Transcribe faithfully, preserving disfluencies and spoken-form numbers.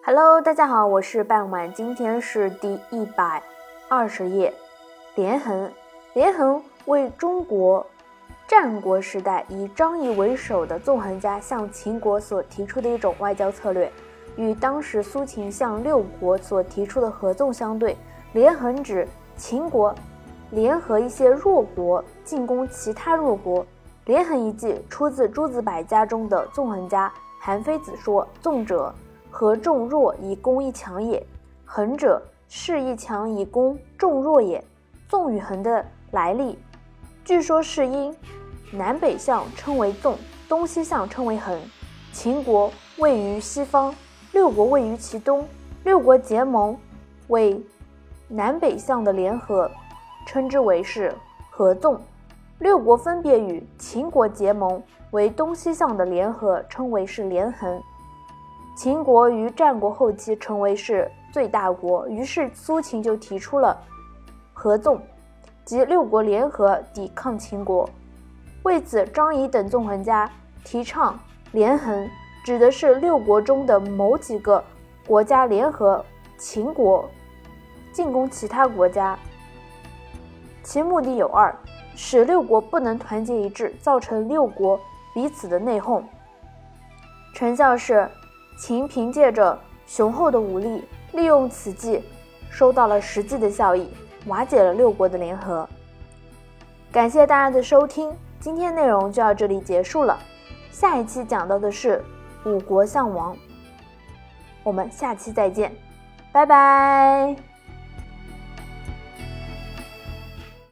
Hello， 大家好，我是半晚，今天是第一百二十页。连横，连横为中国战国时代以张仪为首的纵横家向秦国所提出的一种外交策略，与当时苏秦向六国所提出的合纵相对。连横指秦国联合一些弱国进攻其他弱国。连横一计出自诸子百家中的纵横家韩非子说：纵者，合众弱以攻一强也；横者，势一强以攻众弱也。纵与横的来历，据说是因南北向称为纵，东西向称为横。秦国位于西方，六国位于其东，六国结盟为南北向的联合，称之为是合纵。六国分别与秦国结盟为东西向的联合，称为是连横。秦国于战国后期成为是最大国，于是苏秦就提出了合纵，即六国联合抵抗秦国。为此，张仪等纵横家提倡连横，指的是六国中的某几个国家联合秦国进攻其他国家，其目的有二：使六国不能团结一致，造成六国彼此的内讧。成效是秦凭借着雄厚的武力，利用此计收到了实际的效益，瓦解了六国的联合。感谢大家的收听，今天内容就到这里结束了。下一期讲到的是五国相王，我们下期再见，拜拜。